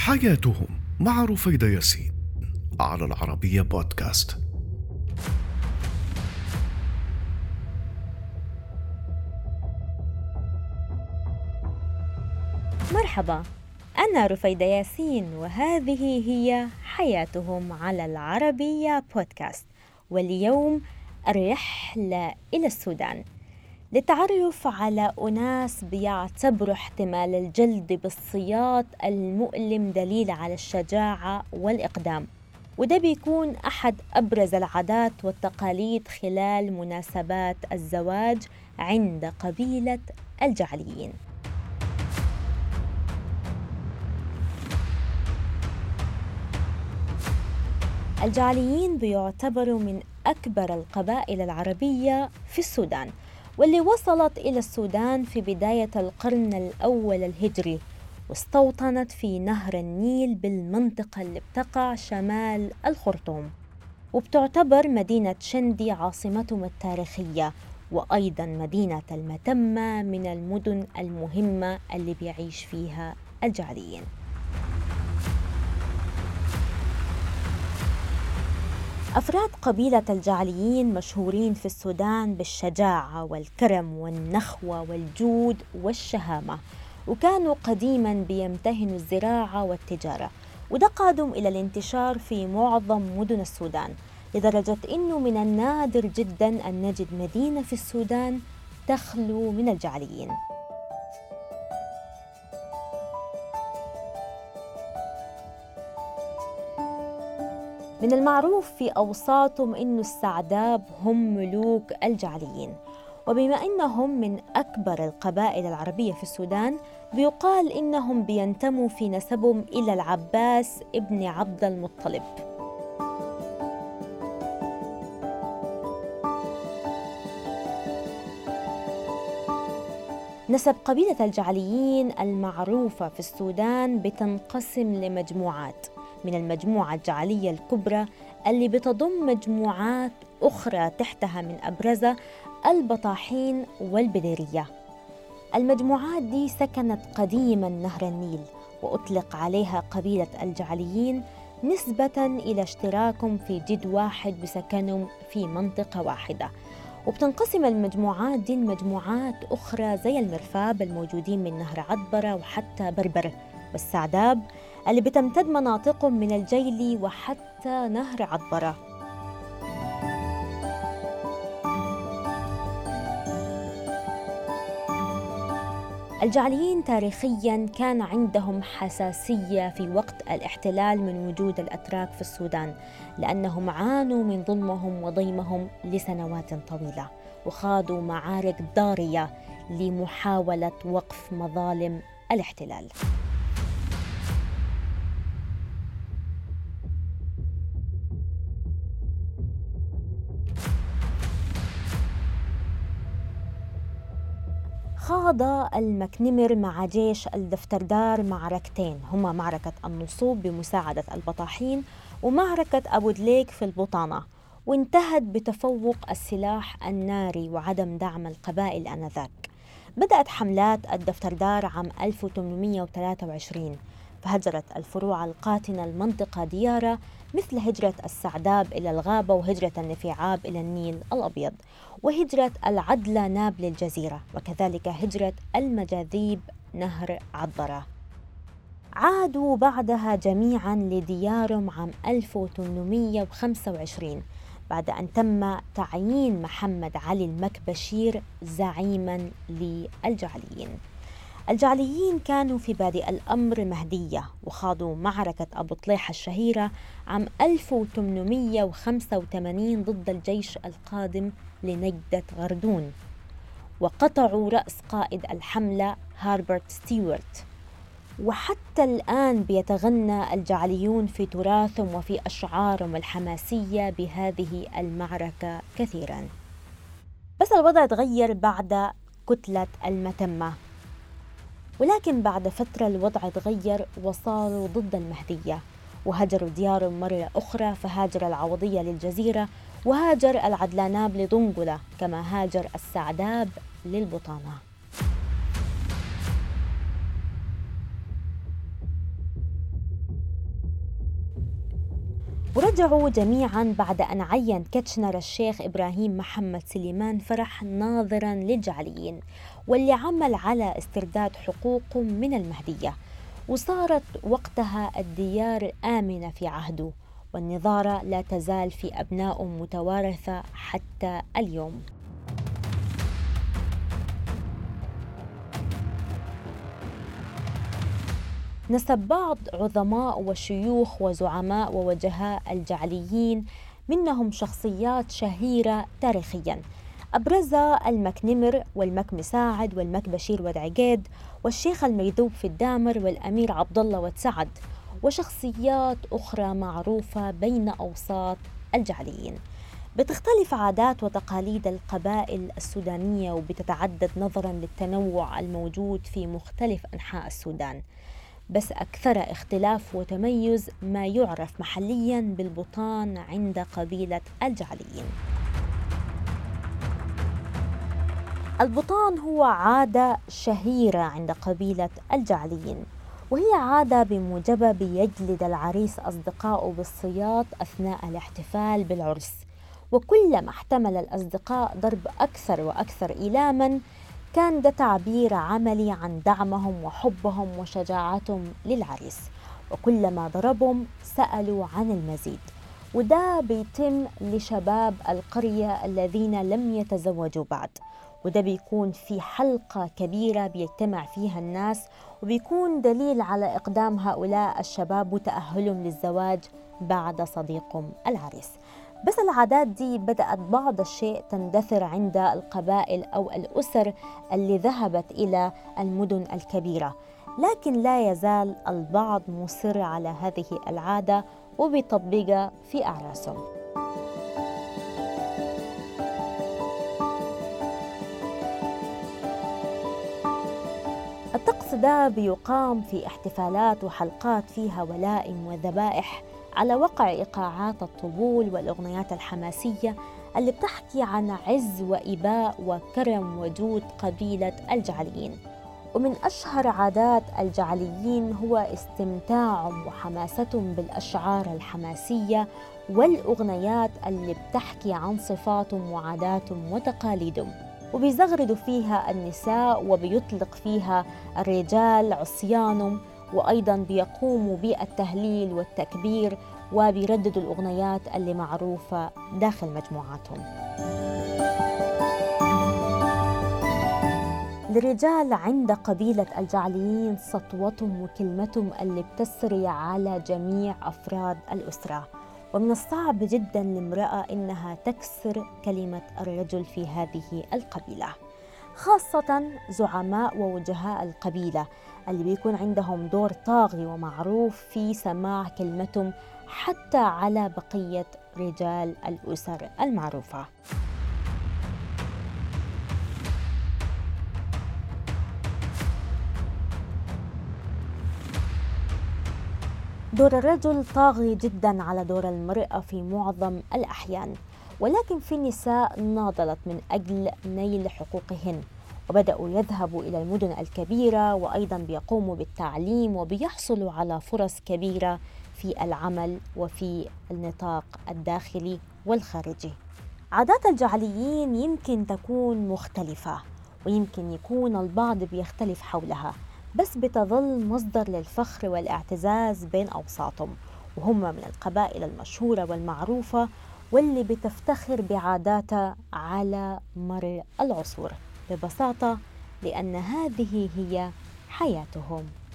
حياتهم مع رفيدة ياسين على العربية بودكاست. مرحبا، أنا رفيدة ياسين وهذه هي حياتهم على العربية بودكاست. واليوم الرحلة إلى السودان للتعرف على أناس بيعتبروا احتمال الجلد بالسياط المؤلم دليل على الشجاعة والإقدام، وده بيكون أحد أبرز العادات والتقاليد خلال مناسبات الزواج عند قبيلة الجعليين. الجعليين بيعتبروا من أكبر القبائل العربية في السودان، واللي وصلت إلى السودان في بداية القرن الأول الهجري، واستوطنت في نهر النيل بالمنطقة اللي بتقع شمال الخرطوم، وبتعتبر مدينة شندي عاصمتهم التاريخية، وأيضاً مدينة المتمة من المدن المهمة اللي بيعيش فيها الجعليين. أفراد قبيلة الجعليين مشهورين في السودان بالشجاعة والكرم والنخوة والجود والشهامة، وكانوا قديماً بيمتهنوا الزراعة والتجارة، وده قادم إلى الانتشار في معظم مدن السودان، لدرجة إنه من النادر جداً أن نجد مدينة في السودان تخلو من الجعليين. من المعروف في أوساطهم إنه السعداب هم ملوك الجعليين، وبما إنهم من أكبر القبائل العربية في السودان بيقال إنهم بينتموا في نسبهم إلى العباس ابن عبد المطلب. نسب قبيلة الجعليين المعروفة في السودان بتنقسم لمجموعات، من المجموعة الجعلية الكبرى اللي بتضم مجموعات أخرى تحتها، من أبرزها البطاحين والبديرية. المجموعات دي سكنت قديماً نهر النيل، وأطلق عليها قبيلة الجعليين نسبة إلى اشتراكهم في جد واحد بسكنهم في منطقة واحدة. وبتنقسم المجموعات دي لمجموعات أخرى زي المرفاب الموجودين من نهر عدبرة وحتى بربر، والسعداب اللي بتمتد مناطقهم من الجيلي وحتى نهر عدبرة. الجعليين تاريخياً كان عندهم حساسية في وقت الاحتلال من وجود الأتراك في السودان، لأنهم عانوا من ظلمهم وضيمهم لسنوات طويلة، وخاضوا معارك ضارية لمحاولة وقف مظالم الاحتلال. خاض المكنمر مع جيش الدفتردار معركتين، هما معركة النصوب بمساعدة البطاحين ومعركة أبو دليك في البطانة، وانتهت بتفوق السلاح الناري وعدم دعم القبائل آنذاك. بدأت حملات الدفتردار عام 1823، فهجرت الفروع القاتنة المنطقة ديارة، مثل هجرة السعداب إلى الغابة، وهجرة النفيعاب إلى النيل الأبيض، وهجرة العدلة ناب للجزيرة، وكذلك هجرة المجاذيب نهر عدبرة. عادوا بعدها جميعاً لديارهم عام 1825 بعد أن تم تعيين محمد علي المكبشير زعيماً للجعليين. الجعليين كانوا في بادئ الأمر مهدية، وخاضوا معركة أبو طليحة الشهيرة عام 1885 ضد الجيش القادم لنجدة غردون، وقطعوا رأس قائد الحملة هاربرت ستيوارت. وحتى الآن بيتغنى الجعليون في تراثهم وفي أشعارهم الحماسية بهذه المعركة كثيراً. بس الوضع تغير بعد كتلة المتمة، ولكن بعد فترة الوضع تغير وصاروا ضد المهدية، وهجروا ديارهم مرة أخرى، فهاجر العوضية للجزيرة، وهاجر العدلاناب لضنقلة، كما هاجر السعداب للبطانة. رجعوا جميعاً بعد أن عين كتشنر الشيخ إبراهيم محمد سليمان فرح ناظراً للجعليين، واللي عمل على استرداد حقوقهم من المهدية، وصارت وقتها الديار آمنة في عهده، والنظارة لا تزال في أبناء متوارثة حتى اليوم. نسب بعض عظماء وشيوخ وزعماء ووجهاء الجعليين، منهم شخصيات شهيرة تاريخياً أبرزها المك نمر والمك مساعد والمك بشير ودعقيد والشيخ الميذوب في الدامر والأمير عبد الله وتسعد، وشخصيات أخرى معروفة بين أوساط الجعليين. بتختلف عادات وتقاليد القبائل السودانية وبتتعدد نظراً للتنوع الموجود في مختلف أنحاء السودان، بس أكثر اختلاف وتميز ما يعرف محلياً بالبطان عند قبيلة الجعليين. البطان هو عادة شهيرة عند قبيلة الجعليين، وهي عادة بموجبها بيجلد العريس أصدقائه بالسياط أثناء الاحتفال بالعرس، وكلما احتمل الأصدقاء ضرب أكثر وأكثر إيلاما كان ده تعبير عملي عن دعمهم وحبهم وشجاعتهم للعريس، وكلما ضربهم سألوا عن المزيد، وده بيتم لشباب القرية الذين لم يتزوجوا بعد، وده بيكون في حلقة كبيرة بيجتمع فيها الناس، وبيكون دليل على إقدام هؤلاء الشباب وتأهلهم للزواج بعد صديقهم العريس. بس العادات دي بدأت بعض الشيء تندثر عند القبائل أو الأسر اللي ذهبت إلى المدن الكبيرة، لكن لا يزال البعض مصر على هذه العادة وبيطبقها في أعراسهم. الطقس ده بيقام في احتفالات وحلقات فيها ولائم وذبائح على وقع إيقاعات الطبول والأغنيات الحماسية اللي بتحكي عن عز وإباء وكرم وجود قبيلة الجعليين. ومن أشهر عادات الجعليين هو استمتاعهم وحماستهم بالأشعار الحماسية والأغنيات اللي بتحكي عن صفاتهم وعاداتهم وتقاليدهم، وبيزغردوا فيها النساء وبيطلق فيها الرجال عصيانهم، وأيضاً بيقوموا بالتهليل والتكبير وبيرددوا الأغنيات اللي معروفة داخل مجموعاتهم. الرجال عند قبيلة الجعليين سطوتهم وكلمتهم اللي بتسري على جميع أفراد الأسرة، ومن الصعب جداً لامرأة إنها تكسر كلمة الرجل في هذه القبيلة، خاصة زعماء ووجهاء القبيلة اللي بيكون عندهم دور طاغي ومعروف في سماع كلمتهم حتى على بقية رجال الأسر المعروفة. دور الرجل طاغي جدا على دور المرأة في معظم الأحيان، ولكن في نساء ناضلت من أجل نيل حقوقهن وبدأوا يذهبوا إلى المدن الكبيرة، وأيضا بيقوموا بالتعليم وبيحصلوا على فرص كبيرة في العمل وفي النطاق الداخلي والخارجي. عادات الجعليين يمكن تكون مختلفة ويمكن يكون البعض بيختلف حولها، بس بتظل مصدر للفخر والاعتزاز بين أوساطهم، وهم من القبائل المشهورة والمعروفة واللي بتفتخر بعاداتها على مر العصور، ببساطة لأن هذه هي حياتهم.